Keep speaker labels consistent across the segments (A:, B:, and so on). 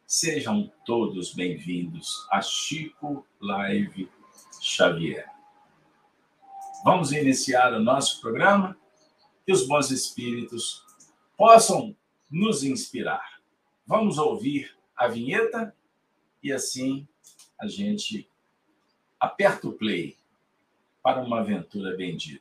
A: Sejam todos bem-vindos a Chico Live Xavier. Vamos iniciar o nosso programa, que os bons espíritos possam nos inspirar. Vamos ouvir a vinheta e assim a gente aperta o play para uma aventura bendita.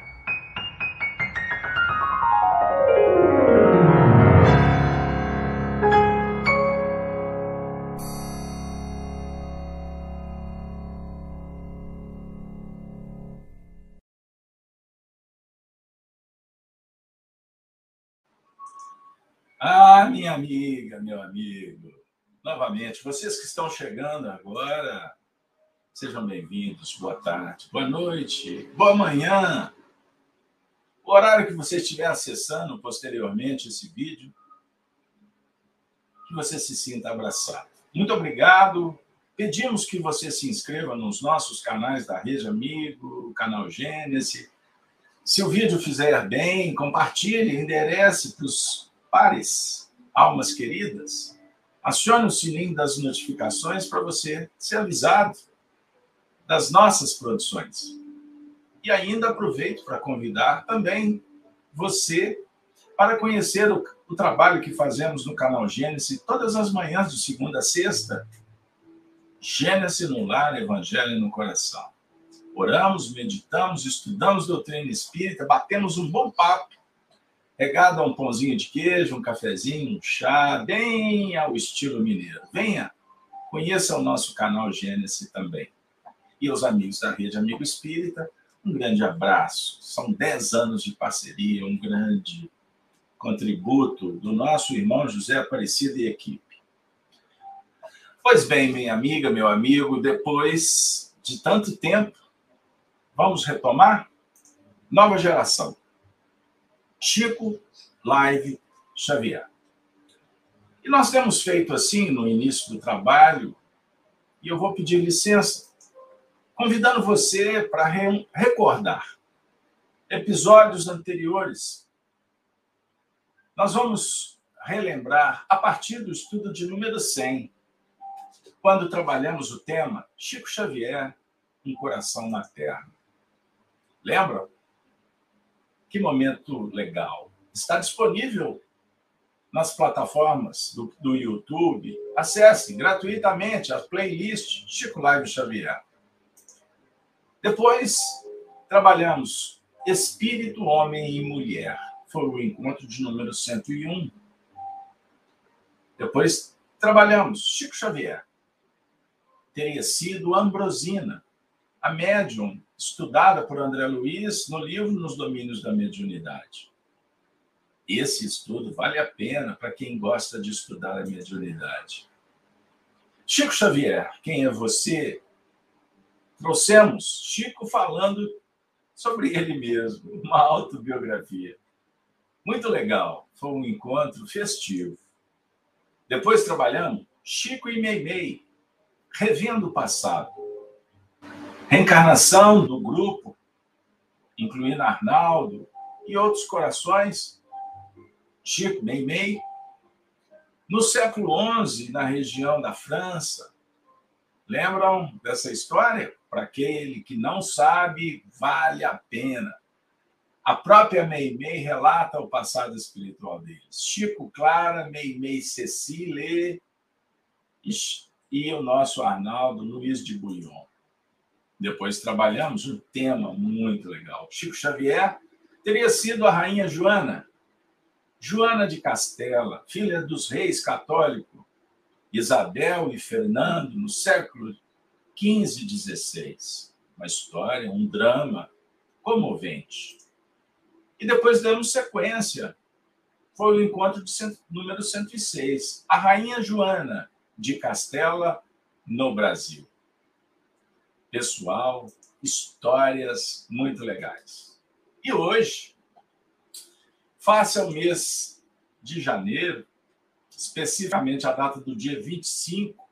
A: Ah, minha amiga, meu amigo, novamente, vocês que estão chegando agora, sejam bem-vindos, boa tarde, boa noite, boa manhã, o horário que você estiver acessando posteriormente esse vídeo, que você se sinta abraçado. Muito obrigado, pedimos que você se inscreva nos nossos canais da Rede Amigo, o canal Gênesis. Se o vídeo fizer bem, compartilhe, enderece para os pares, almas queridas. Acione o sininho das notificações para você ser avisado das nossas produções. E ainda aproveito para convidar também você para conhecer o trabalho que fazemos no canal Gênesis todas as manhãs, de segunda a sexta. Gênesis no lar, Evangelho no coração. Oramos, meditamos, estudamos doutrina espírita, batemos um bom papo, regado a um pãozinho de queijo, um cafezinho, um chá, bem ao estilo mineiro. Venha, conheça o nosso canal Gênesis também. E aos amigos da Rede Amigo Espírita, um grande abraço. São 10 anos de parceria, um grande contributo do nosso irmão José Aparecido e equipe. Pois bem, minha amiga, meu amigo, depois de tanto tempo, vamos retomar? Nova geração. Chico Live Xavier. E nós temos feito assim no início do trabalho, e eu vou pedir licença, convidando você para recordar episódios anteriores. Nós vamos relembrar a partir do estudo de número 100, quando trabalhamos o tema Chico Xavier, um coração materno. Lembram? Que momento legal. Está disponível nas plataformas do YouTube. Acesse gratuitamente a playlist Chico Live Xavier. Depois, trabalhamos Espírito, Homem e Mulher. Foi o encontro de número 101. Depois, trabalhamos Chico Xavier. Teria sido Ambrosina, a médium estudada por André Luiz no livro Nos Domínios da Mediunidade. Esse estudo vale a pena para quem gosta de estudar a mediunidade. Chico Xavier, quem é você? Trouxemos Chico falando sobre ele mesmo, uma autobiografia. Muito legal, foi um encontro festivo. Depois trabalhamos Chico e Meimei, revendo o passado. Reencarnação do grupo, incluindo Arnaldo e outros corações, Chico, Meimei, no século XI, na região da França. Lembram dessa história? Para aquele que não sabe, vale a pena. A própria Meimei relata o passado espiritual deles. Chico Clara, Meimei Cecília e o nosso Arnaldo Luiz de Bouillon. Depois trabalhamos um tema muito legal. Chico Xavier teria sido a rainha Joana, Joana de Castela, filha dos reis católicos, Isabel e Fernando, no século XV e XVI. Uma história, um drama comovente. E depois demos sequência. Foi o encontro de número 106, a rainha Joana de Castela, no Brasil. Pessoal, histórias muito legais. E hoje, face ao mês de janeiro, especificamente a data do dia 25,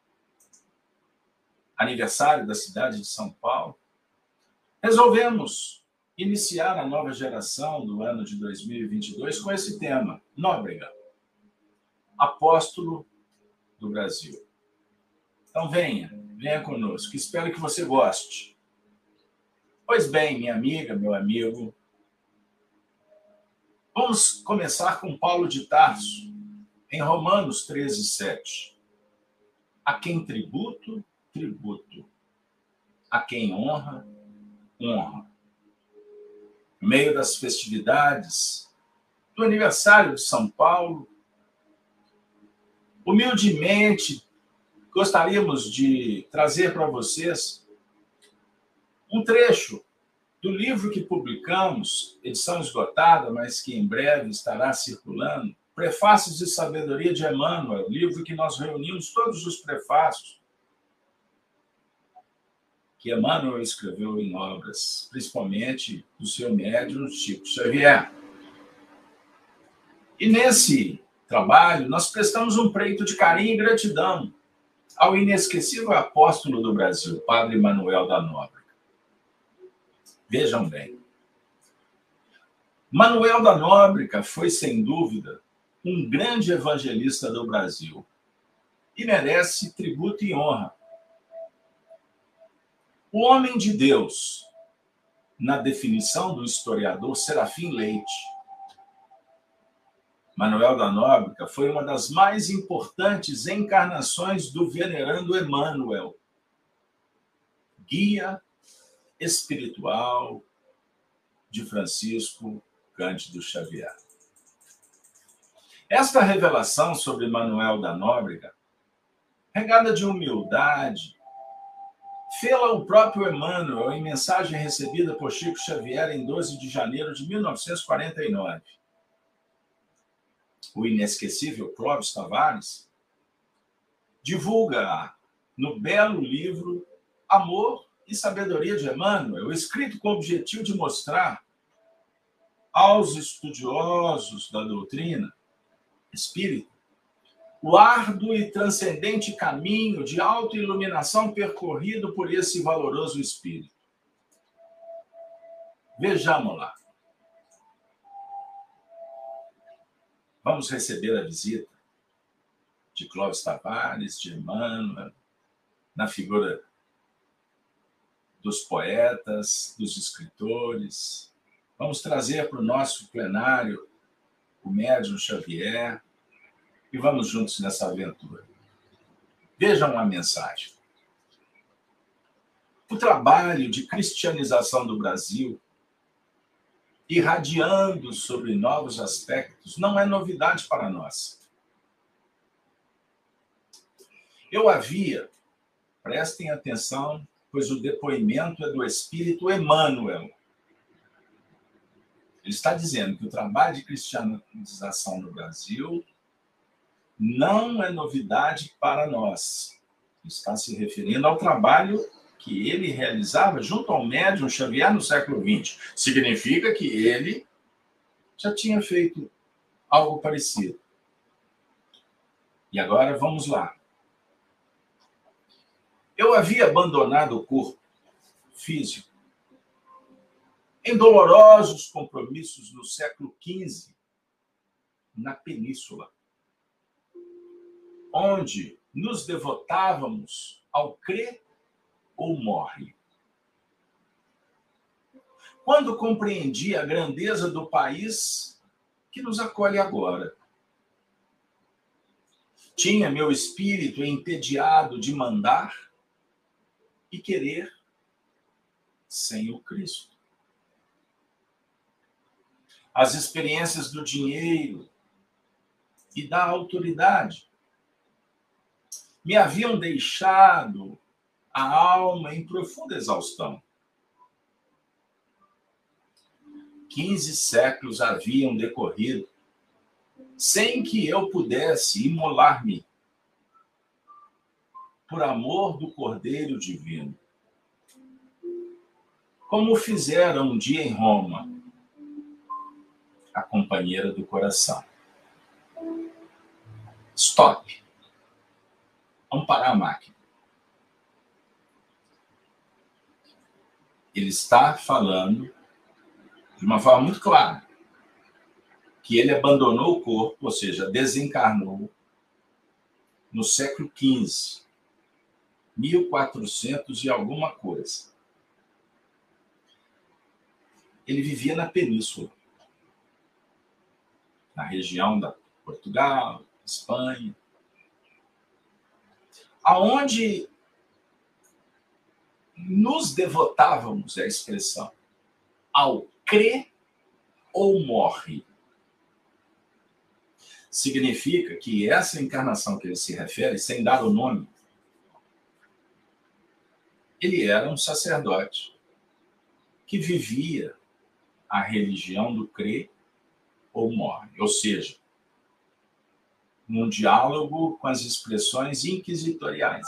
A: aniversário da cidade de São Paulo, resolvemos iniciar a nova geração do ano de 2022 com esse tema, Nóbrega, apóstolo do Brasil. Então venha conosco. Espero que você goste. Pois bem, minha amiga, meu amigo, vamos começar com Paulo de Tarso, em Romanos 13:7. A quem tributo, tributo. A quem honra, honra. No meio das festividades, do aniversário de São Paulo, humildemente, gostaríamos de trazer para vocês um trecho do livro que publicamos, edição esgotada, mas que em breve estará circulando, Prefácios de Sabedoria de Emmanuel, livro que nós reunimos todos os prefácios que Emmanuel escreveu em obras, principalmente do seu médium Chico Xavier. E nesse trabalho, nós prestamos um preito de carinho e gratidão ao inesquecível apóstolo do Brasil, Padre Manuel da Nóbrega. Vejam bem. Manuel da Nóbrega foi, sem dúvida, um grande evangelista do Brasil e merece tributo e honra. O homem de Deus, na definição do historiador Serafim Leite, Manuel da Nóbrega foi uma das mais importantes encarnações do venerando Emmanuel, guia espiritual de Francisco Cândido Xavier. Esta revelação sobre Manuel da Nóbrega, regada de humildade, fê-la o próprio Emmanuel em mensagem recebida por Chico Xavier em 12 de janeiro de 1949. O inesquecível Clóvis Tavares divulga no belo livro Amor e Sabedoria de Emmanuel, escrito com o objetivo de mostrar aos estudiosos da doutrina espírita o árduo e transcendente caminho de autoiluminação percorrido por esse valoroso espírito. Vejamos lá. Vamos receber a visita de Clóvis Tavares, de Emmanuel, na figura dos poetas, dos escritores. Vamos trazer para o nosso plenário o médium Xavier e vamos juntos nessa aventura. Vejam a mensagem. O trabalho de cristianização do Brasil, irradiando sobre novos aspectos, não é novidade para nós. Eu havia, prestem atenção, pois o depoimento é do Espírito Emmanuel. Ele está dizendo que o trabalho de cristianização no Brasil não é novidade para nós. Está se referindo ao trabalho que ele realizava junto ao médium Xavier no século XX. Significa que ele já tinha feito algo parecido. E agora vamos lá. Eu havia abandonado o corpo físico em dolorosos compromissos no século XV, na Península, onde nos devotávamos ao crer ou morre. Quando compreendi a grandeza do país que nos acolhe agora, tinha meu espírito entediado de mandar e querer sem o Cristo. As experiências do dinheiro e da autoridade me haviam deixado a alma em profunda exaustão. 15 séculos haviam decorrido sem que eu pudesse imolar-me por amor do Cordeiro Divino, como fizera um dia em Roma a companheira do coração. Stop. Vamos parar a máquina. Ele está falando de uma forma muito clara que ele abandonou o corpo, ou seja, desencarnou, no século XV, 1400 e alguma coisa. Ele vivia na península, na região da Portugal, Espanha, aonde nos devotávamos, é a expressão, ao crê ou morre. Significa que essa encarnação que ele se refere, sem dar o nome, ele era um sacerdote que vivia a religião do crê ou morre, ou seja, num diálogo com as expressões inquisitoriais.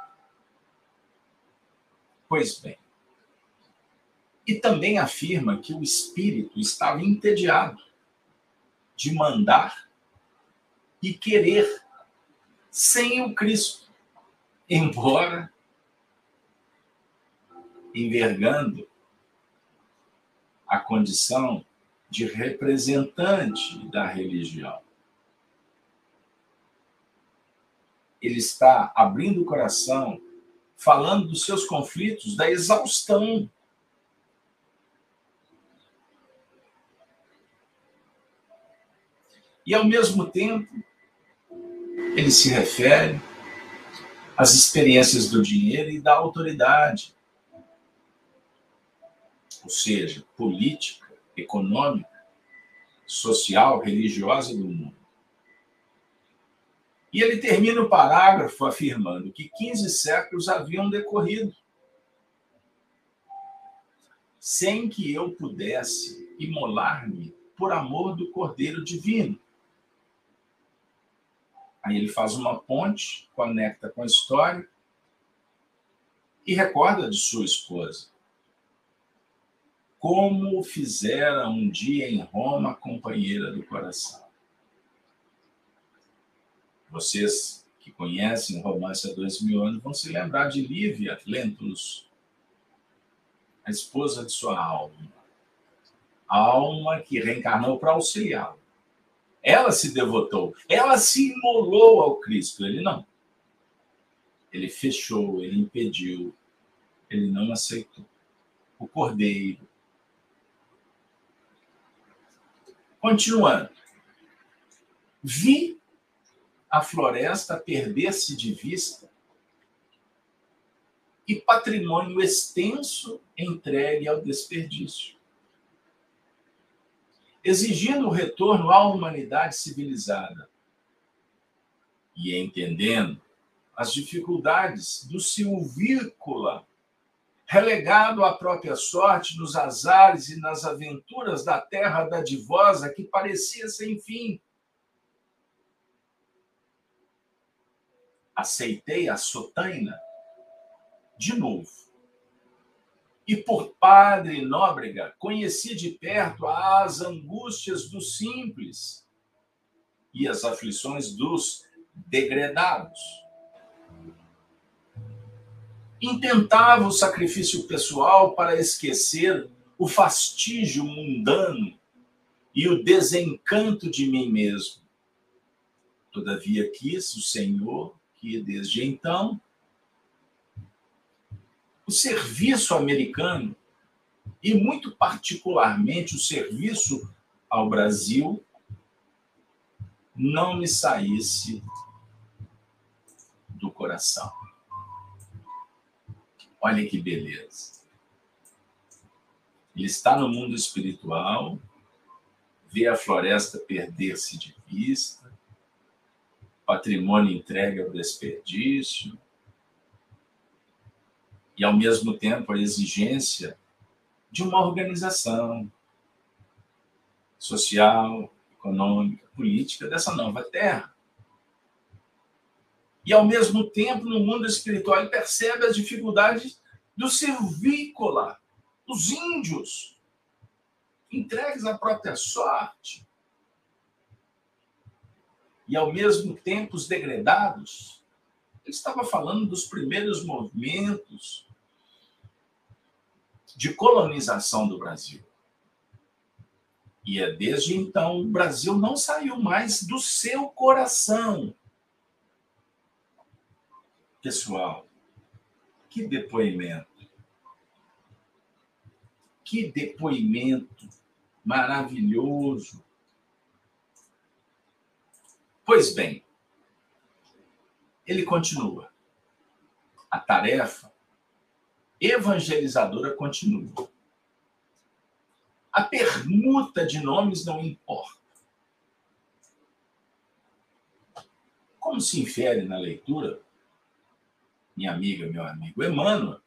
A: Pois bem, e também afirma que o espírito estava entediado de mandar e querer sem o Cristo, embora envergando a condição de representante da religião. Ele está abrindo o coração, falando dos seus conflitos, da exaustão. E, ao mesmo tempo, ele se refere às experiências do dinheiro e da autoridade, ou seja, política, econômica, social, religiosa do mundo. E ele termina o parágrafo afirmando que 15 séculos haviam decorrido sem que eu pudesse imolar-me por amor do Cordeiro Divino. Aí ele faz uma ponte, conecta com a história e recorda de sua esposa. Como fizera um dia em Roma, companheira do coração. Vocês que conhecem o Romance há 2000 anos vão se lembrar de Lívia Lentulus, a esposa de sua alma. A alma que reencarnou para auxiliá-lo. Ela se devotou, ela se imolou ao Cristo, ele não. Ele fechou, ele impediu, ele não aceitou. O Cordeiro. Continuando. Vi a floresta perder-se de vista e patrimônio extenso entregue ao desperdício, exigindo o retorno à humanidade civilizada e entendendo as dificuldades do silvícola, relegado à própria sorte nos azares e nas aventuras da terra dadivosa que parecia sem fim. Aceitei a sotaina de novo. E por Padre Nóbrega conheci de perto as angústias dos simples e as aflições dos degredados. Intentava o sacrifício pessoal para esquecer o fastígio mundano e o desencanto de mim mesmo. Todavia quis o Senhor que, desde então, o serviço americano, e muito particularmente o serviço ao Brasil, não me saísse do coração. Olha que beleza. Ele está no mundo espiritual, vê a floresta perder-se de vista, patrimônio entregue ao desperdício, e, ao mesmo tempo, a exigência de uma organização social, econômica, política dessa nova terra. E, ao mesmo tempo, no mundo espiritual, ele percebe as dificuldades do silvícola, dos índios, entregues à própria sorte. E, ao mesmo tempo, os degredados. Ele estava falando dos primeiros movimentos de colonização do Brasil. E é desde então o Brasil não saiu mais do seu coração. Pessoal, que depoimento. Que depoimento maravilhoso. Pois bem, ele continua. A tarefa evangelizadora continua. A permuta de nomes não importa. Como se infere na leitura, minha amiga, meu amigo, Emmanuel,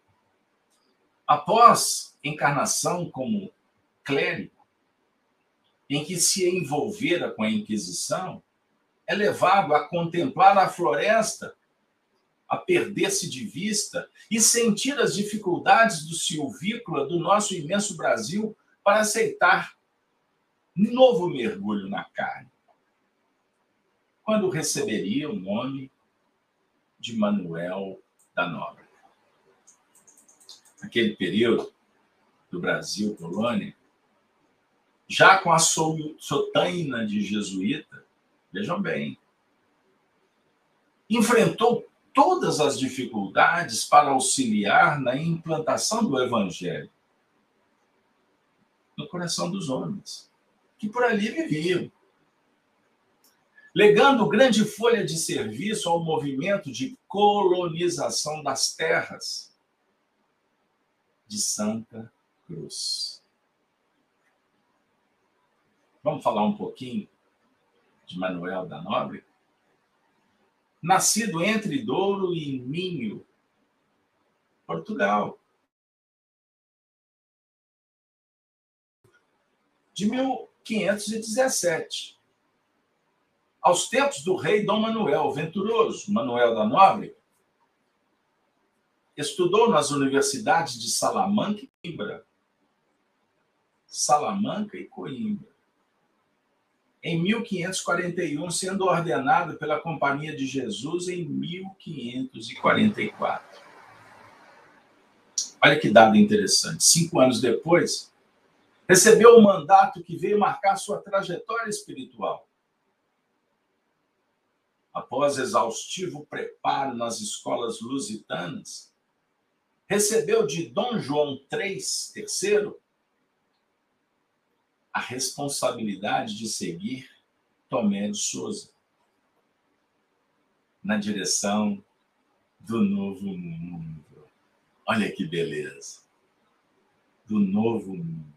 A: após encarnação como clérigo, em que se envolvera com a Inquisição, é levado a contemplar a floresta, a perder-se de vista e sentir as dificuldades do silvícola do nosso imenso Brasil para aceitar um novo mergulho na carne. Quando receberia o nome de Manuel da Nóbrega. Naquele período do Brasil colônia, já com a sotaina de jesuíta, vejam bem, enfrentou todas as dificuldades para auxiliar na implantação do evangelho no coração dos homens, que por ali viviam, legando grande folha de serviço ao movimento de colonização das terras de Santa Cruz. Vamos falar um pouquinho de Manuel da Nóbrega? Nascido entre Douro e Minho, Portugal, de 1517. Aos tempos do rei Dom Manuel Venturoso, Manuel da Nóbrega, estudou nas universidades de Salamanca e Coimbra. Salamanca e Coimbra. Em 1541, sendo ordenado pela Companhia de Jesus em 1544. Olha que dado interessante. 5 anos depois, recebeu o mandato que veio marcar sua trajetória espiritual. Após exaustivo preparo nas escolas lusitanas, recebeu de Dom João III a responsabilidade de seguir Tomé de Souza na direção do novo mundo. Olha que beleza! Do novo mundo.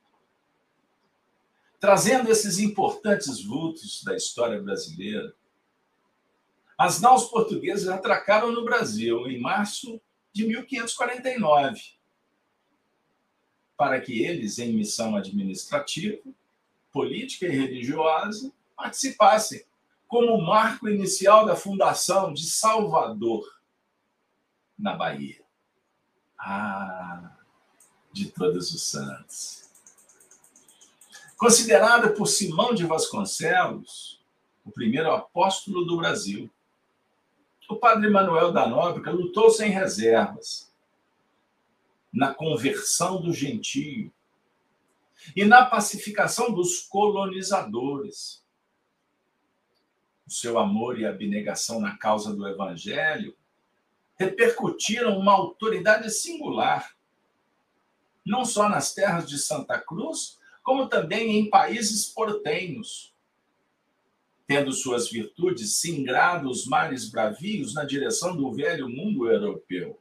A: Trazendo esses importantes vultos da história brasileira, as naus portuguesas atracaram no Brasil em março de 1549, para que eles, em missão administrativa, política e religiosa, participassem como marco inicial da fundação de Salvador, na Bahia. De Todos os Santos. Considerado por Simão de Vasconcelos o primeiro apóstolo do Brasil, o padre Manuel da Nóbrega lutou sem reservas na conversão do gentio e na pacificação dos colonizadores. O seu amor e abnegação na causa do evangelho repercutiram uma autoridade singular, não só nas terras de Santa Cruz, como também em países portenhos, tendo suas virtudes singrado os mares bravios na direção do velho mundo europeu.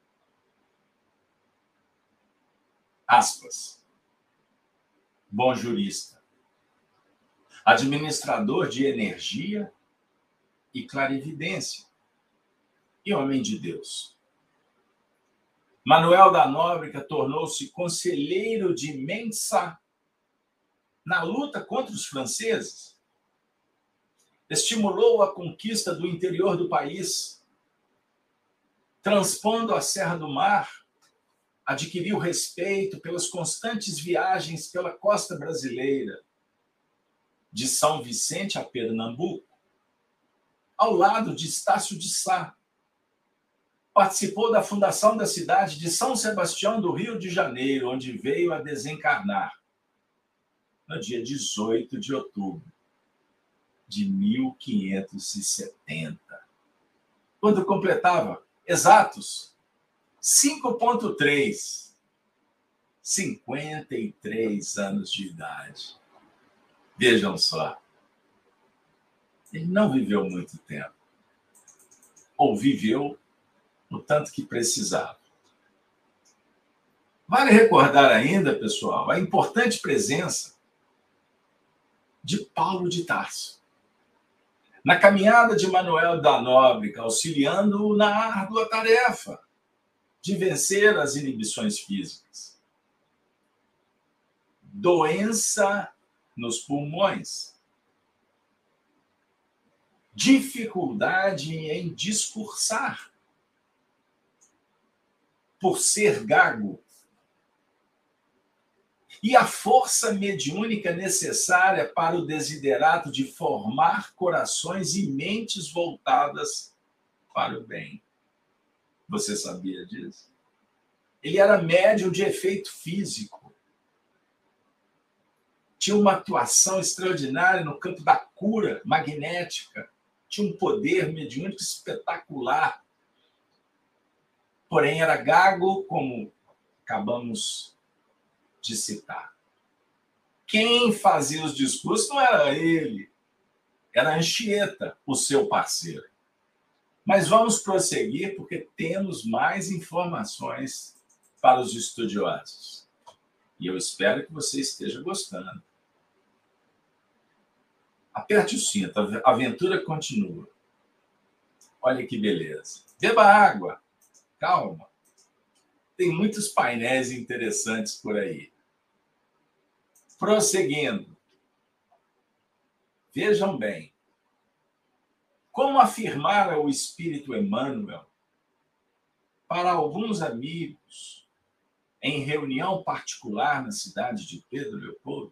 A: Aspas. Bom jurista, administrador de energia e clarividência, e homem de Deus. Manuel da Nóbrega tornou-se conselheiro de Mensa na luta contra os franceses. Estimulou a conquista do interior do país, transpondo a Serra do Mar, adquiriu respeito pelas constantes viagens pela costa brasileira, de São Vicente a Pernambuco, ao lado de Estácio de Sá. Participou da fundação da cidade de São Sebastião do Rio de Janeiro, onde veio a desencarnar no dia 18 de outubro de 1570, quando completava exatos, 5,3. 53 anos de idade. Vejam só. Ele não viveu muito tempo. Ou viveu o tanto que precisava. Vale recordar ainda, pessoal, a importante presença de Paulo de Tarso na caminhada de Manuel da Nóbrega, auxiliando-o na árdua tarefa de vencer as inibições físicas. Doença nos pulmões, dificuldade em discursar, por ser gago, e a força mediúnica necessária para o desiderato de formar corações e mentes voltadas para o bem. Você sabia disso? Ele era médium de efeito físico. Tinha uma atuação extraordinária no campo da cura magnética. Tinha um poder mediúnico espetacular. Porém, era gago, como acabamos de citar. Quem fazia os discursos não era ele, era Anchieta, o seu parceiro. Mas vamos prosseguir, porque temos mais informações para os estudiosos. E eu espero que você esteja gostando. Aperte o cinto, a aventura continua. Olha que beleza. Beba água, calma. Tem muitos painéis interessantes por aí. Prosseguindo. Vejam bem. Como afirmara o Espírito Emmanuel para alguns amigos em reunião particular na cidade de Pedro Leopoldo,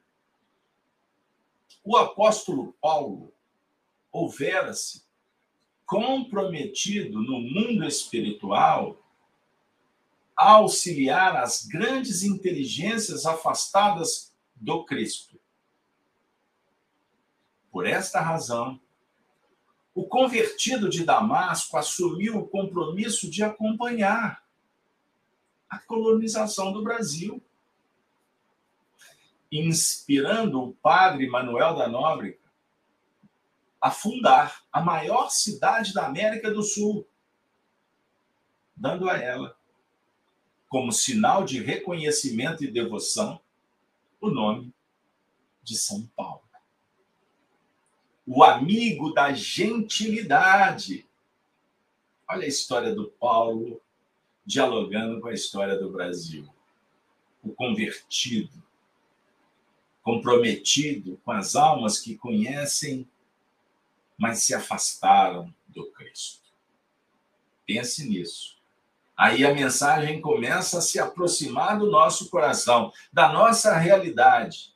A: o apóstolo Paulo houvera-se comprometido no mundo espiritual a auxiliar as grandes inteligências afastadas do Cristo. Por esta razão, o convertido de Damasco assumiu o compromisso de acompanhar a colonização do Brasil, inspirando o padre Manuel da Nóbrega a fundar a maior cidade da América do Sul, dando a ela, como sinal de reconhecimento e devoção, o nome de São Paulo. O amigo da gentilidade. Olha a história do Paulo dialogando com a história do Brasil. O convertido, comprometido com as almas que conhecem, mas se afastaram do Cristo. Pense nisso. Aí a mensagem começa a se aproximar do nosso coração, da nossa realidade,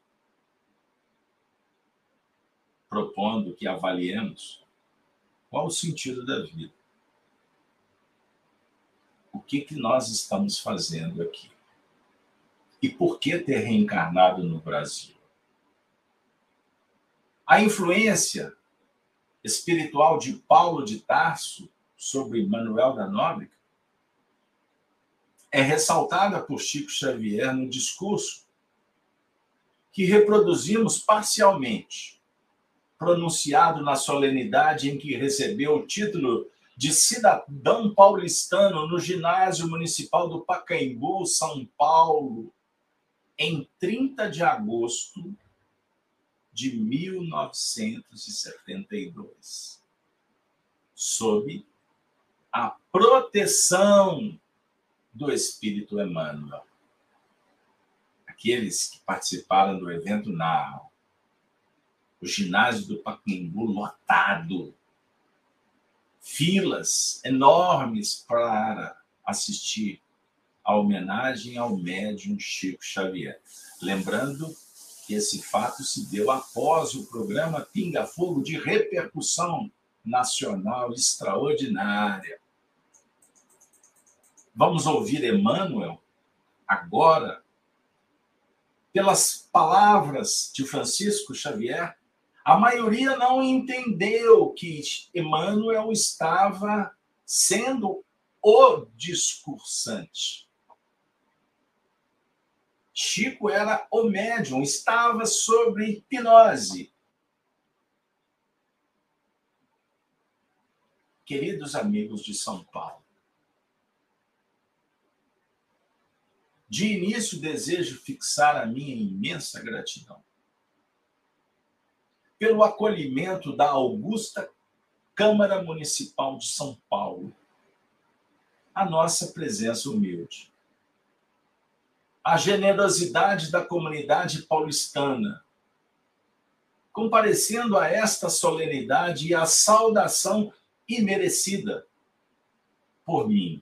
A: propondo que avaliemos qual o sentido da vida. O que nós estamos fazendo aqui? E por que ter reencarnado no Brasil? A influência espiritual de Paulo de Tarso sobre Manuel da Nóbrega é ressaltada por Chico Xavier no discurso que reproduzimos parcialmente, pronunciado na solenidade em que recebeu o título de cidadão paulistano no Ginásio Municipal do Pacaembu, São Paulo, em 30 de agosto de 1972, sob a proteção do Espírito Emmanuel. Aqueles que participaram do evento narram o ginásio do Pacaembu lotado, filas enormes para assistir a homenagem ao médium Chico Xavier. Lembrando que esse fato se deu após o programa Pinga Fogo, de repercussão nacional extraordinária. Vamos ouvir Emmanuel agora, pelas palavras de Francisco Xavier. A maioria não entendeu que Emmanuel estava sendo o discursante. Chico era o médium, estava sob hipnose. Queridos amigos de São Paulo, de início desejo fixar a minha imensa gratidão pelo acolhimento da augusta Câmara Municipal de São Paulo, a nossa presença humilde, a generosidade da comunidade paulistana, comparecendo a esta solenidade e a saudação imerecida por mim.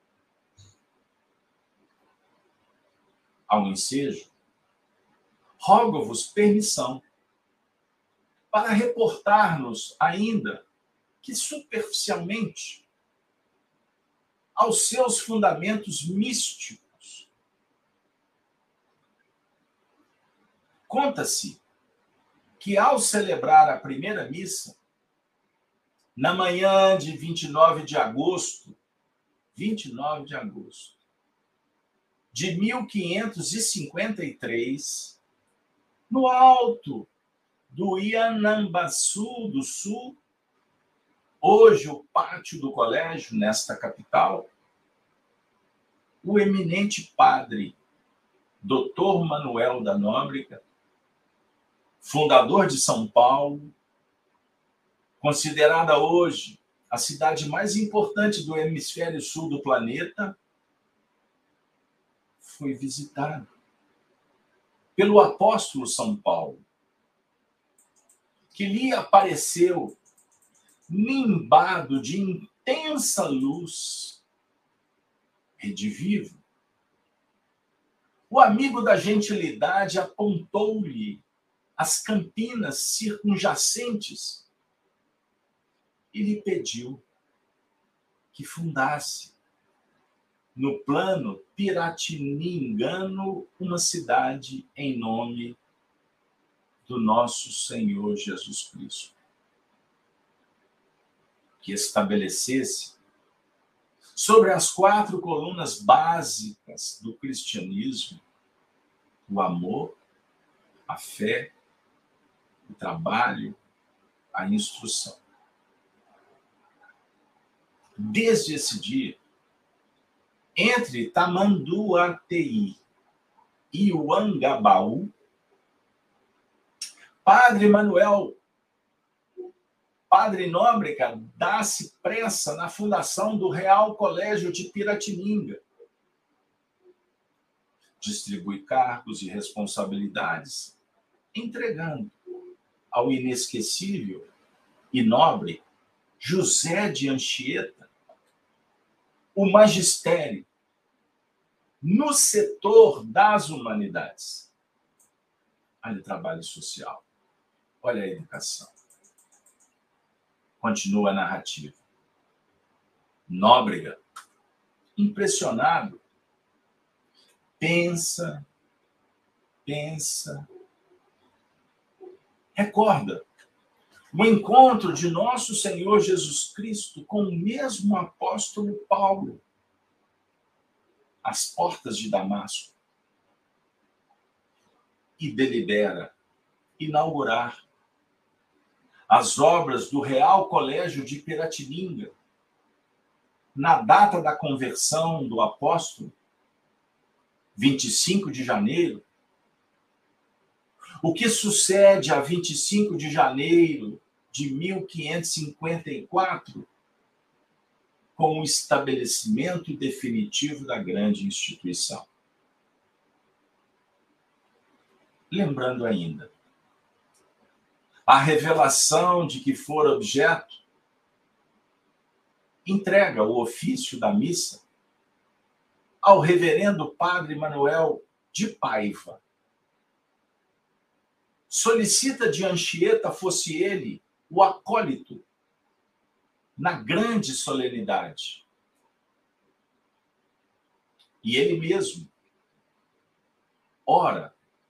A: Ao ensejo, rogo-vos permissão para reportar-nos, ainda que superficialmente, aos seus fundamentos místicos. Conta-se que, ao celebrar a primeira missa, na manhã de 29 de agosto de 1553, no alto do Ianambaçu do Sul, hoje o pátio do colégio, nesta capital, o eminente padre Dr. Manuel da Nóbrega, fundador de São Paulo, considerada hoje a cidade mais importante do hemisfério sul do planeta, foi visitado pelo apóstolo São Paulo, que lhe apareceu nimbado de intensa luz, redivivo. O amigo da gentilidade apontou-lhe as campinas circunjacentes e lhe pediu que fundasse no plano piratiningano uma cidade em nome do nosso Senhor Jesus Cristo, que estabelecesse sobre as 4 colunas básicas do cristianismo o amor, a fé, o trabalho, a instrução. Desde esse dia, entre Tamanduateí e o Angabaú, Padre Nóbrega dá-se pressa na fundação do Real Colégio de Piratininga. Distribui cargos e responsabilidades, entregando ao inesquecível e nobre José de Anchieta o magistério no setor das humanidades. Olha o trabalho social, olha a educação. Continua a narrativa. Nóbrega, impressionado, pensa, recorda o encontro de nosso Senhor Jesus Cristo com o mesmo apóstolo Paulo às portas de Damasco e delibera inaugurar as obras do Real Colégio de Piratininga na data da conversão do apóstolo, 25 de janeiro, o que sucede a 25 de janeiro de 1554, com o estabelecimento definitivo da grande instituição. Lembrando ainda, a revelação de que for objeto, entrega o ofício da missa ao reverendo Padre Manuel de Paiva. Solicita de Anchieta fosse ele o acólito na grande solenidade. E ele mesmo ora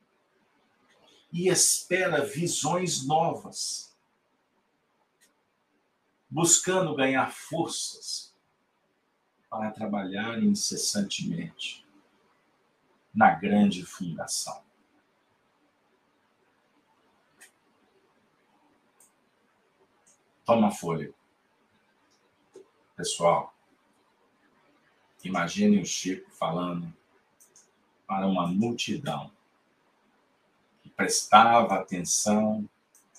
A: e espera visões novas, buscando ganhar forças para trabalhar incessantemente na grande fundação. Toma fôlego. Pessoal, imagine o Chico falando para uma multidão que prestava atenção,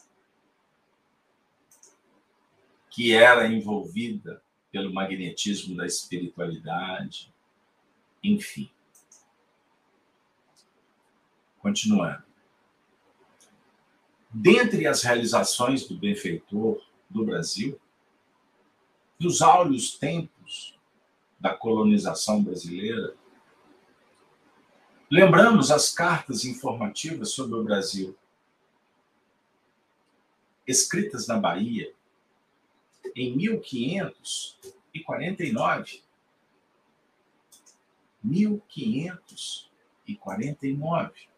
A: que era envolvida pelo magnetismo da espiritualidade, enfim. Continuando. Dentre as realizações do benfeitor do Brasil, nos áureos tempos da colonização brasileira, lembramos as cartas informativas sobre o Brasil, escritas na Bahia em 1549. 1549.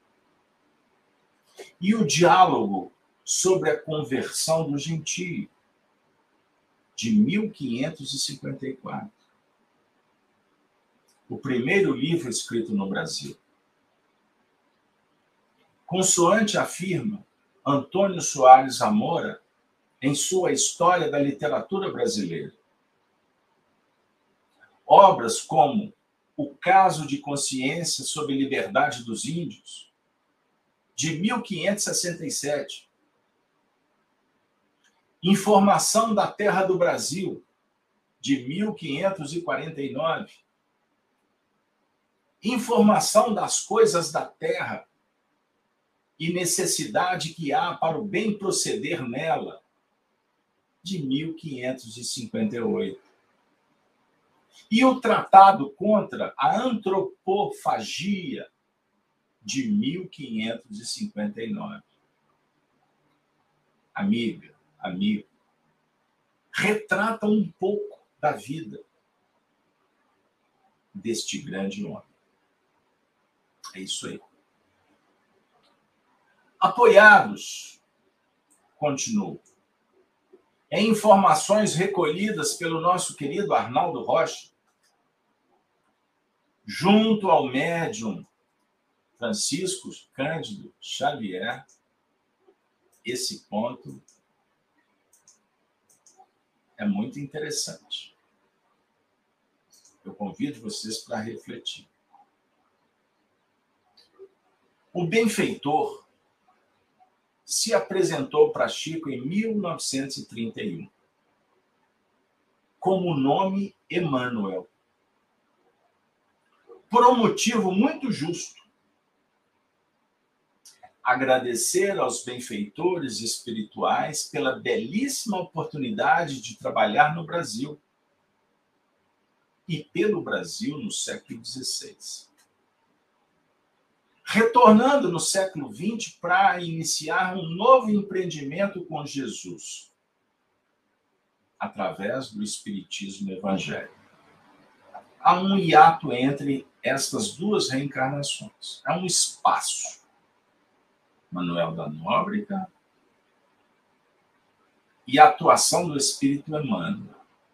A: E o diálogo sobre a conversão do gentio, de 1554. O primeiro livro escrito no Brasil. Consoante afirma Antônio Soares Zamora em sua História da Literatura Brasileira, obras como O Caso de Consciência sobre Liberdade dos Índios, de 1567, Informação da Terra do Brasil, de 1549, Informação das Coisas da Terra e Necessidade que há para o bem proceder nela, de 1558. E o Tratado contra a Antropofagia, de 1559. Amiga, amigo, retrata um pouco da vida deste grande homem. É isso aí. Apoiados, continuo, em informações recolhidas pelo nosso querido Arnaldo Rocha, junto ao médium Francisco Cândido Xavier, esse ponto é muito interessante. Eu convido vocês para refletir. O benfeitor se apresentou para Chico em 1931 como o nome Emmanuel, por um motivo muito justo: agradecer aos benfeitores espirituais pela belíssima oportunidade de trabalhar no Brasil e pelo Brasil no século XVI. Retornando no século XX para iniciar um novo empreendimento com Jesus, através do Espiritismo Evangélico. Há um hiato entre estas duas reencarnações. Há um espaço. Manuel da Nóbrega e a atuação do Espírito Emmanuel.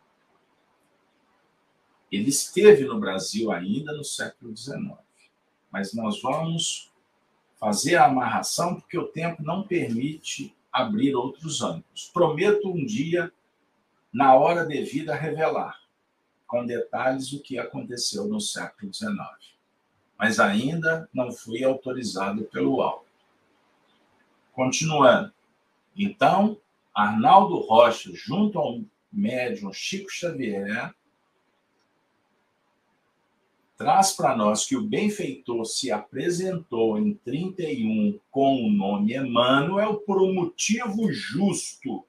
A: Ele esteve no Brasil ainda no século XIX. Mas nós vamos fazer a amarração porque o tempo não permite abrir outros âmbitos. Prometo um dia, na hora devida, revelar com detalhes o que aconteceu no século XIX. Mas ainda não fui autorizado pelo alto. Continuando. Então, Arnaldo Rocha, junto ao médium Chico Xavier, traz para nós que o benfeitor se apresentou em 31 com o nome Emmanuel por um motivo justo: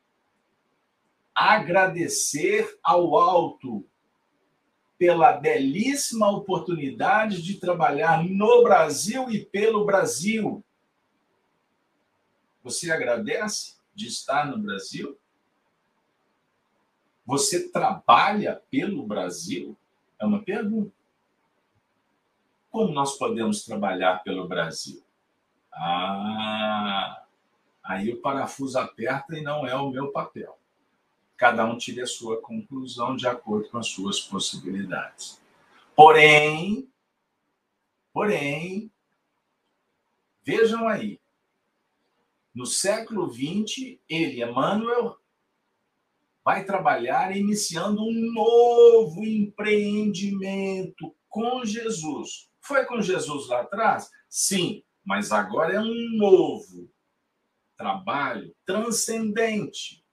A: agradecer ao alto pela belíssima oportunidade de trabalhar no Brasil e pelo Brasil. Você agradece de estar no Brasil? Você trabalha pelo Brasil? É uma pergunta. Como nós podemos trabalhar pelo Brasil? Aí o parafuso aperta e não é o meu papel. Cada um tire a sua conclusão de acordo com as suas possibilidades. Porém, vejam aí, no século XX, ele, Emmanuel, vai trabalhar iniciando um novo empreendimento com Jesus. Foi com Jesus lá atrás? Sim, mas agora é um novo trabalho transcendente.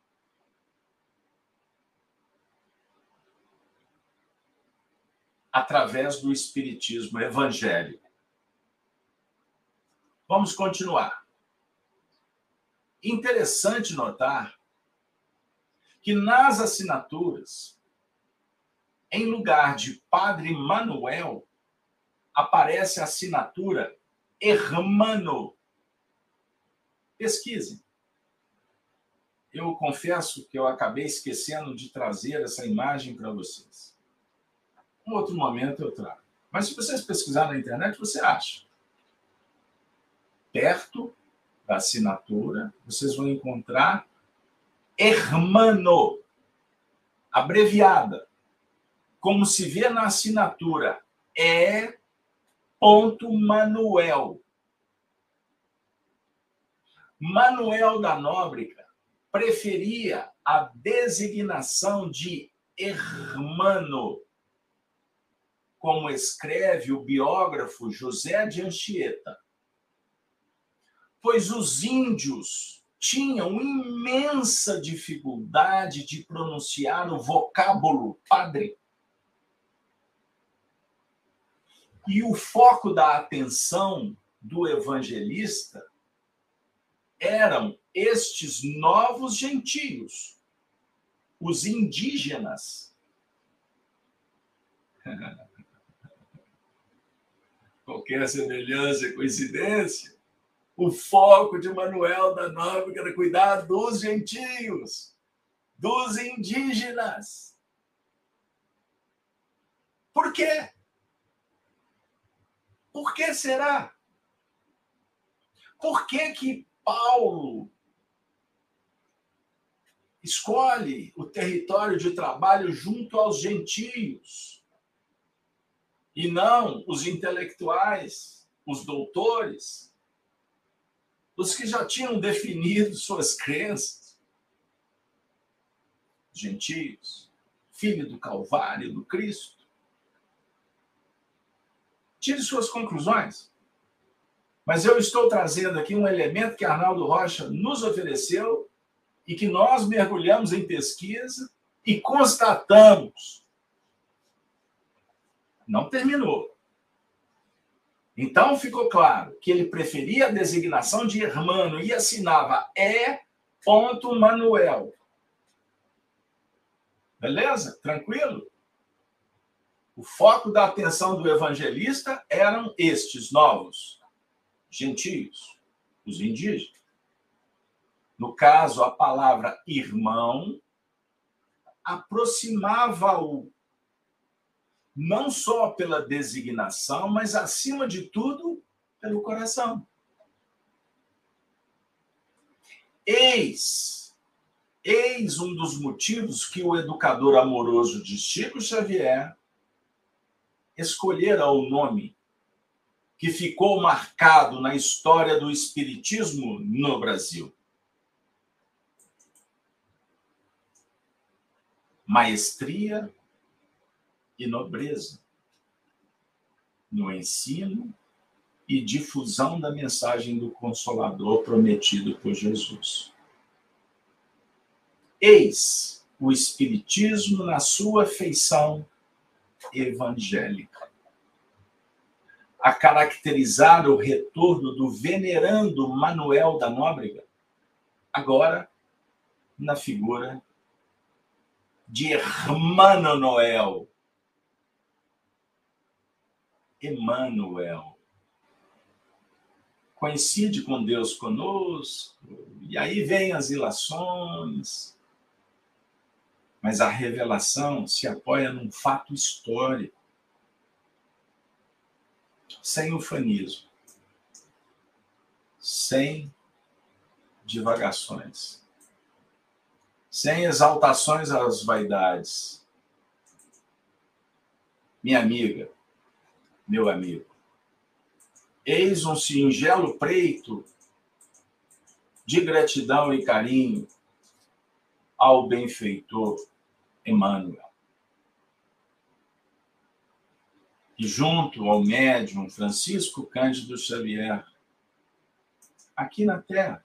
A: Através do espiritismo evangélico. Vamos continuar. Interessante notar que nas assinaturas, em lugar de Padre Manuel, aparece a assinatura Hermano. Pesquisem. Eu confesso que eu acabei esquecendo de trazer essa imagem para vocês. Um outro momento eu trago. Mas se vocês pesquisarem na internet, você acha. Perto da assinatura, vocês vão encontrar Hermano, abreviada, como se vê na assinatura, Manuel. Manuel da Nóbrega preferia a designação de Hermano, como escreve o biógrafo José de Anchieta, pois os índios tinham imensa dificuldade de pronunciar o vocábulo padre. E o foco da atenção do evangelista eram estes novos gentios, os indígenas. Qualquer semelhança e coincidência? O foco de Manuel da Nóbrega era cuidar dos gentios, dos indígenas. Por quê? Por que será? Por que Paulo escolhe o território de trabalho junto aos gentios e não os intelectuais, os doutores, os que já tinham definido suas crenças? Gentios, filho do Calvário, do Cristo. Tire suas conclusões. Mas eu estou trazendo aqui um elemento que Arnaldo Rocha nos ofereceu e que nós mergulhamos em pesquisa e constatamos. Não terminou. Então ficou claro que ele preferia a designação de Hermano e assinava Manuel. Beleza? Tranquilo? O foco da atenção do evangelista eram estes novos gentios, os indígenas. No caso, a palavra irmão aproximava-o não só pela designação, mas, acima de tudo, pelo coração. Eis um dos motivos que o educador amoroso de Chico Xavier escolhera o nome que ficou marcado na história do espiritismo no Brasil. Maestria e nobreza no ensino e difusão da mensagem do Consolador prometido por Jesus. Eis o espiritismo na sua feição evangélica, a caracterizar o retorno do venerando Manuel da Nóbrega, agora na figura de Hermano Noel, Emmanuel. Coincide com Deus conosco, e aí vem as ilações, mas a revelação se apoia num fato histórico, sem ufanismo, sem divagações, sem exaltações às vaidades. Minha amiga, meu amigo, eis um singelo preito de gratidão e carinho ao benfeitor Emmanuel. E junto ao médium Francisco Cândido Xavier, aqui na Terra,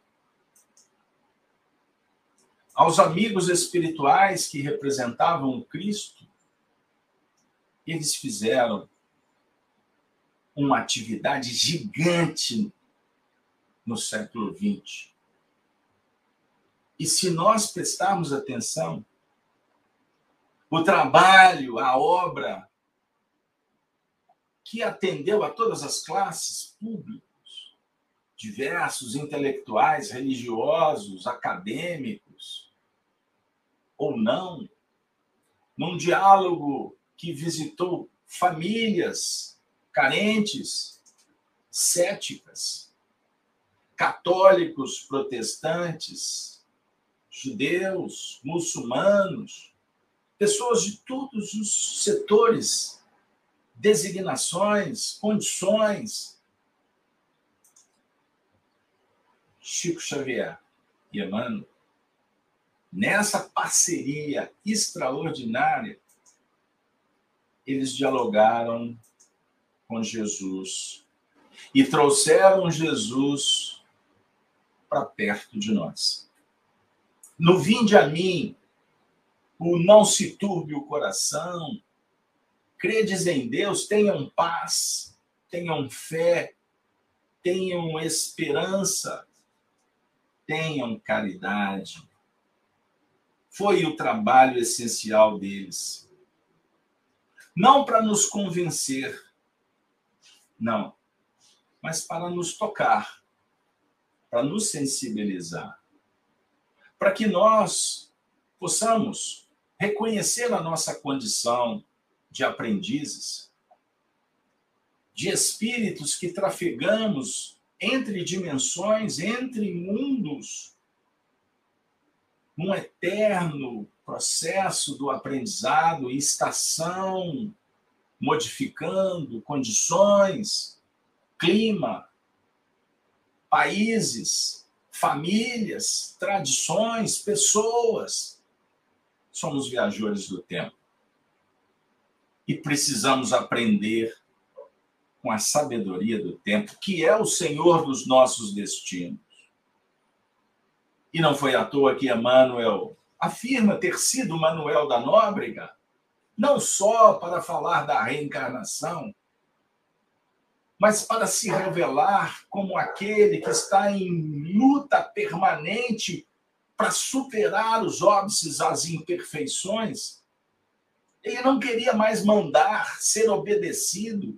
A: aos amigos espirituais que representavam o Cristo, eles fizeram uma atividade gigante no século XX. E se nós prestarmos atenção, o trabalho, a obra que atendeu a todas as classes públicas, diversos intelectuais, religiosos, acadêmicos, ou não, num diálogo que visitou famílias carentes, céticas, católicos, protestantes, judeus, muçulmanos, pessoas de todos os setores, designações, condições. Chico Xavier e Emmanuel, nessa parceria extraordinária, eles dialogaram com Jesus e trouxeram Jesus para perto de nós. No vinde a mim, o não se turbe o coração, credes em Deus, tenham paz, tenham fé, tenham esperança, tenham caridade. Foi o trabalho essencial deles. Não para nos convencer, não, mas para nos tocar, para nos sensibilizar, para que nós possamos reconhecer a nossa condição de aprendizes, de espíritos que trafegamos entre dimensões, entre mundos, num eterno processo do aprendizado e estação, modificando condições, clima, países, famílias, tradições, pessoas. Somos viajores do tempo. E precisamos aprender com a sabedoria do tempo, que é o Senhor dos nossos destinos. E não foi à toa que Emmanuel afirma ter sido Manuel da Nóbrega, não só para falar da reencarnação, mas para se revelar como aquele que está em luta permanente para superar os óbices, as imperfeições. Ele não queria mais mandar, ser obedecido.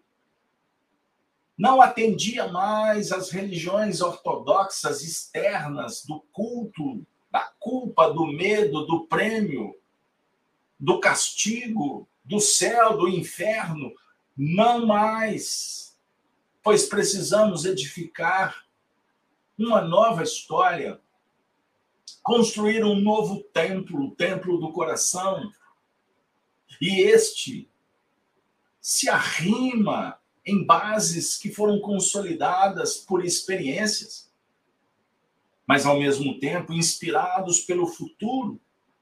A: Não atendia mais às religiões ortodoxas externas do culto, da culpa, do medo, do prêmio, do castigo, do céu, do inferno. Não mais, pois precisamos edificar uma nova história, construir um novo templo, o templo do coração. E este se arrima em bases que foram consolidadas por experiências, mas, ao mesmo tempo, inspirados pelo futuro,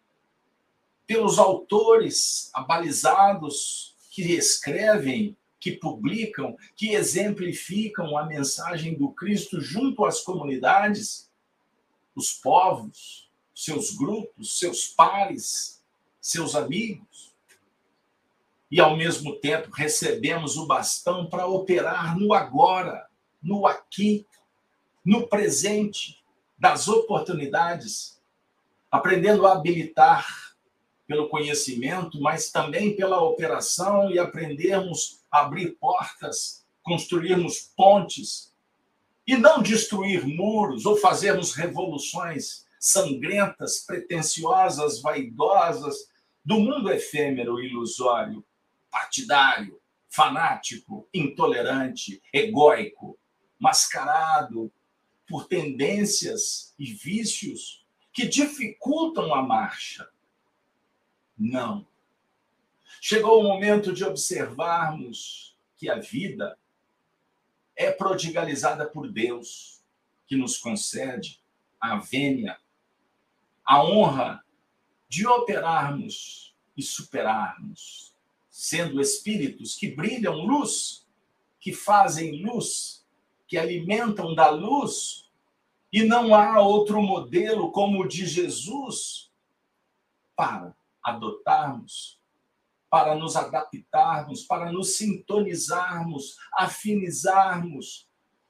A: pelos autores abalizados que escrevem, que publicam, que exemplificam a mensagem do Cristo junto às comunidades, os povos, seus grupos, seus pares, seus amigos. E, ao mesmo tempo, recebemos o bastão para operar no agora, no aqui, no presente, das oportunidades, aprendendo a habilitar pelo conhecimento, mas também pela operação, e aprendermos a abrir portas, construirmos pontes, e não destruir muros ou fazermos revoluções sangrentas, pretensiosas, vaidosas, do mundo efêmero e ilusório, partidário, fanático, intolerante, egóico, mascarado por tendências e vícios que dificultam a marcha. Não. Chegou o momento de observarmos que a vida é prodigalizada por Deus, que nos concede a vênia, a honra de operarmos e superarmos, sendo espíritos que brilham luz, que fazem luz, que alimentam da luz, e não há outro modelo como o de Jesus para adotarmos, para nos adaptarmos, para nos sintonizarmos, afinizarmos,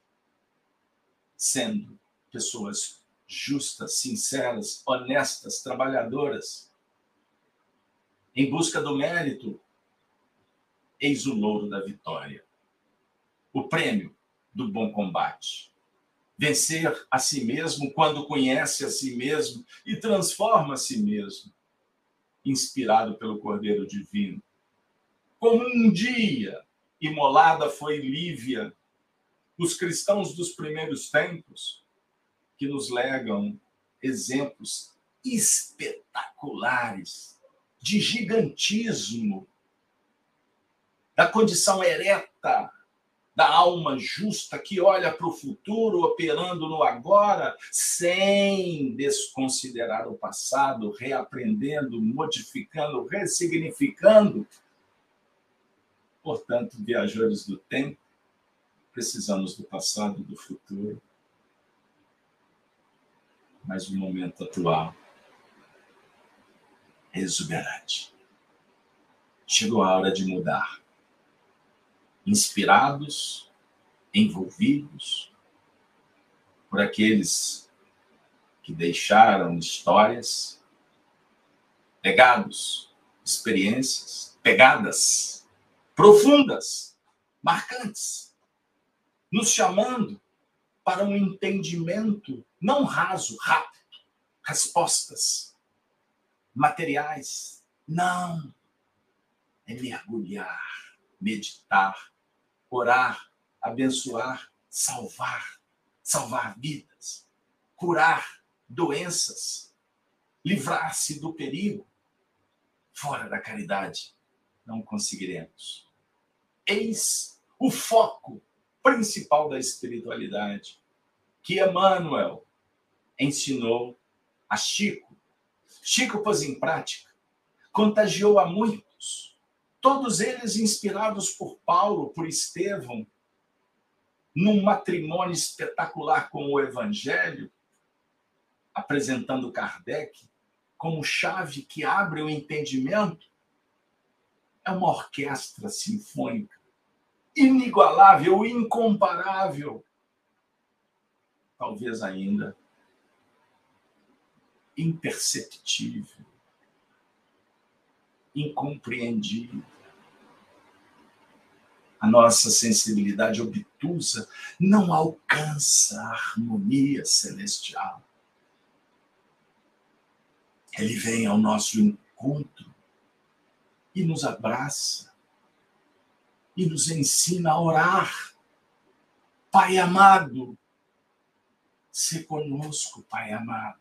A: sendo pessoas justas, sinceras, honestas, trabalhadoras, em busca do mérito. Eis o louro da vitória, o prêmio do bom combate. Vencer a si mesmo quando conhece a si mesmo e transforma a si mesmo, inspirado pelo Cordeiro Divino. Como um dia imolada foi Lívia, os cristãos dos primeiros tempos, que nos legam exemplos espetaculares de gigantismo, da condição ereta, da alma justa que olha para o futuro, operando no agora, sem desconsiderar o passado, reaprendendo, modificando, ressignificando. Portanto, viajores do tempo, precisamos do passado e do futuro, mas o momento atual é exuberante. Chegou a hora de mudar. Inspirados, envolvidos por aqueles que deixaram histórias, legados, experiências, pegadas, profundas, marcantes, nos chamando para um entendimento não raso, rápido, respostas materiais. Não, é mergulhar, meditar, orar, abençoar, salvar vidas, curar doenças, livrar-se do perigo. Fora da caridade, não conseguiremos. Eis o foco principal da espiritualidade que Emmanuel ensinou a Chico. Chico pôs em prática, contagiou a muitos, todos eles inspirados por Paulo, por Estevão, num matrimônio espetacular com o Evangelho, apresentando Kardec como chave que abre o entendimento. É uma orquestra sinfônica, inigualável, incomparável, talvez ainda imperceptível, incompreendível. A nossa sensibilidade obtusa não alcança a harmonia celestial. Ele vem ao nosso encontro e nos abraça e nos ensina a orar. Pai amado, se conosco, Pai amado.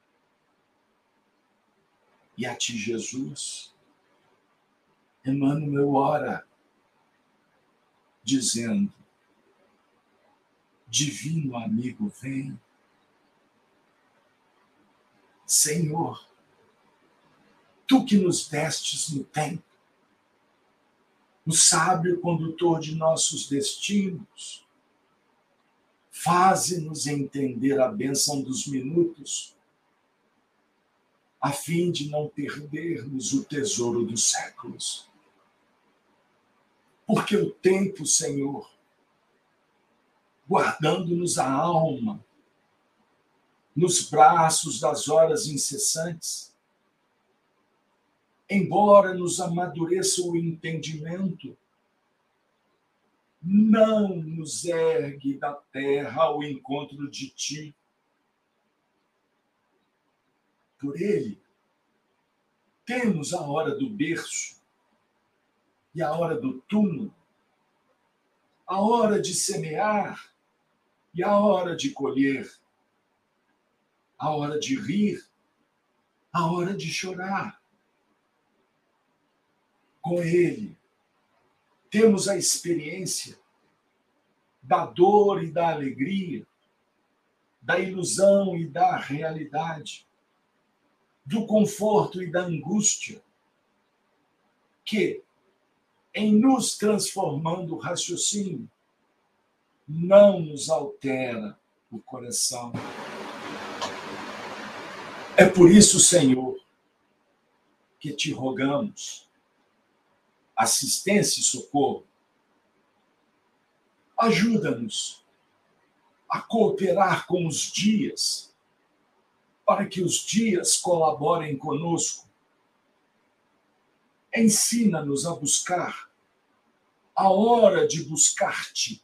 A: E a ti, Jesus, Emmanuel ora, dizendo: divino amigo, vem. Senhor, tu que nos destes no tempo, o sábio condutor de nossos destinos, faze-nos entender a bênção dos minutos, a fim de não perdermos o tesouro dos séculos. Porque o tempo, Senhor, guardando-nos a alma, nos braços das horas incessantes, embora nos amadureça o entendimento, não nos ergue da terra ao encontro de ti. Por ele, temos a hora do berço e a hora do túmulo, a hora de semear e a hora de colher, a hora de rir a hora de chorar. Com Ele, temos a experiência da dor e da alegria, da ilusão e da realidade, do conforto e da angústia, que, em nos transformando o raciocínio, não nos altera o coração. É por isso, Senhor, que te rogamos assistência e socorro. Ajuda-nos a cooperar com os dias, para que os dias colaborem conosco. Ensina-nos a buscar a hora de buscar-te,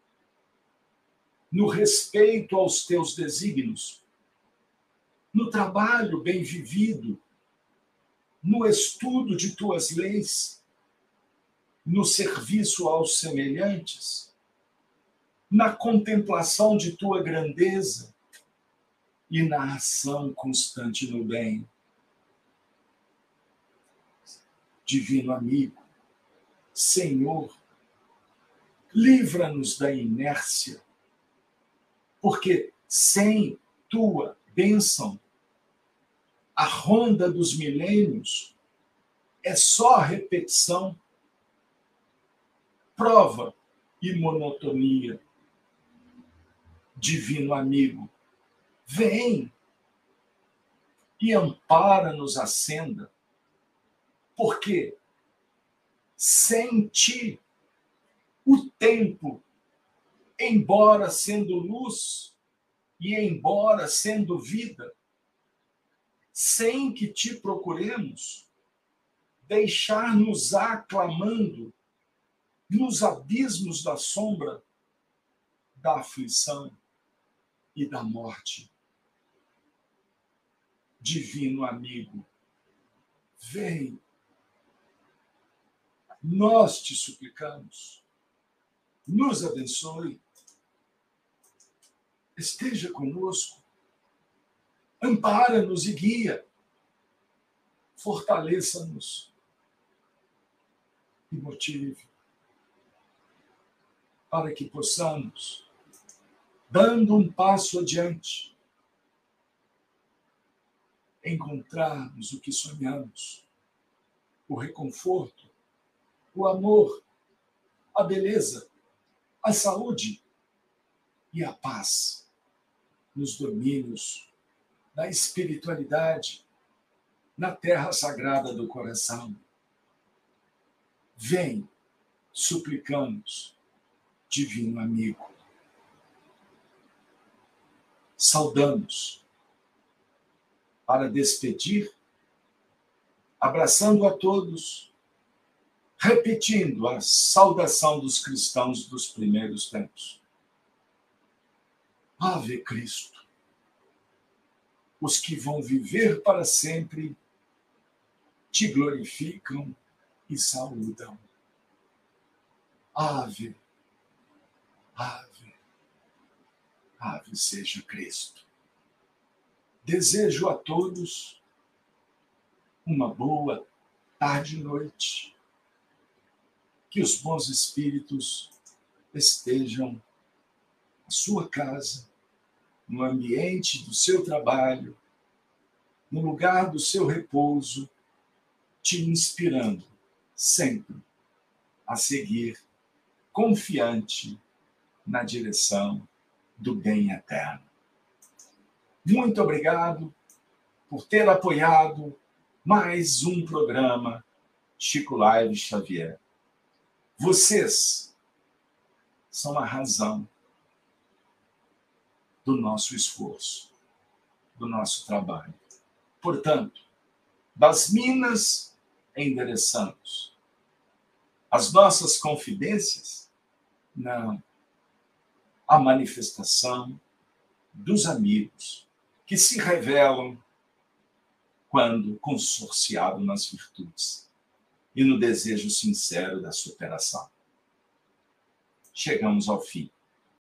A: no respeito aos teus desígnios, no trabalho bem vivido, no estudo de tuas leis, no serviço aos semelhantes, na contemplação de tua grandeza e na ação constante no bem. Divino amigo, Senhor, livra-nos da inércia, porque sem tua bênção, a ronda dos milênios é só repetição, prova e monotonia. Divino amigo, vem e ampara-nos a senda, porque sem ti o tempo, embora sendo luz e embora sendo vida, sem que te procuremos, deixar-nos-á clamando nos abismos da sombra, da aflição e da morte. Divino amigo, vem, nós te suplicamos, nos abençoe, esteja conosco, ampara-nos e guia, fortaleça-nos e motive, para que possamos, dando um passo adiante, encontrarmos o que sonhamos, o reconforto, o amor, a beleza, a saúde e a paz nos domínios da espiritualidade, na terra sagrada do coração. Vem, suplicamos, divino amigo. Saudamos para despedir, abraçando a todos, repetindo a saudação dos cristãos dos primeiros tempos. Ave Cristo. Os que vão viver para sempre te glorificam e saúdam. Ave, ave, ave seja Cristo. Desejo a todos uma boa tarde e noite. Que os bons espíritos estejam na sua casa, no ambiente do seu trabalho, no lugar do seu repouso, te inspirando sempre a seguir confiante na direção do bem eterno. Muito obrigado por ter apoiado mais um programa Chico Live Xavier. Vocês são a razão do nosso esforço, do nosso trabalho. Portanto, das minas endereçamos as nossas confidências? Não. A manifestação dos amigos que se revelam quando consorciado nas virtudes e no desejo sincero da superação. Chegamos ao fim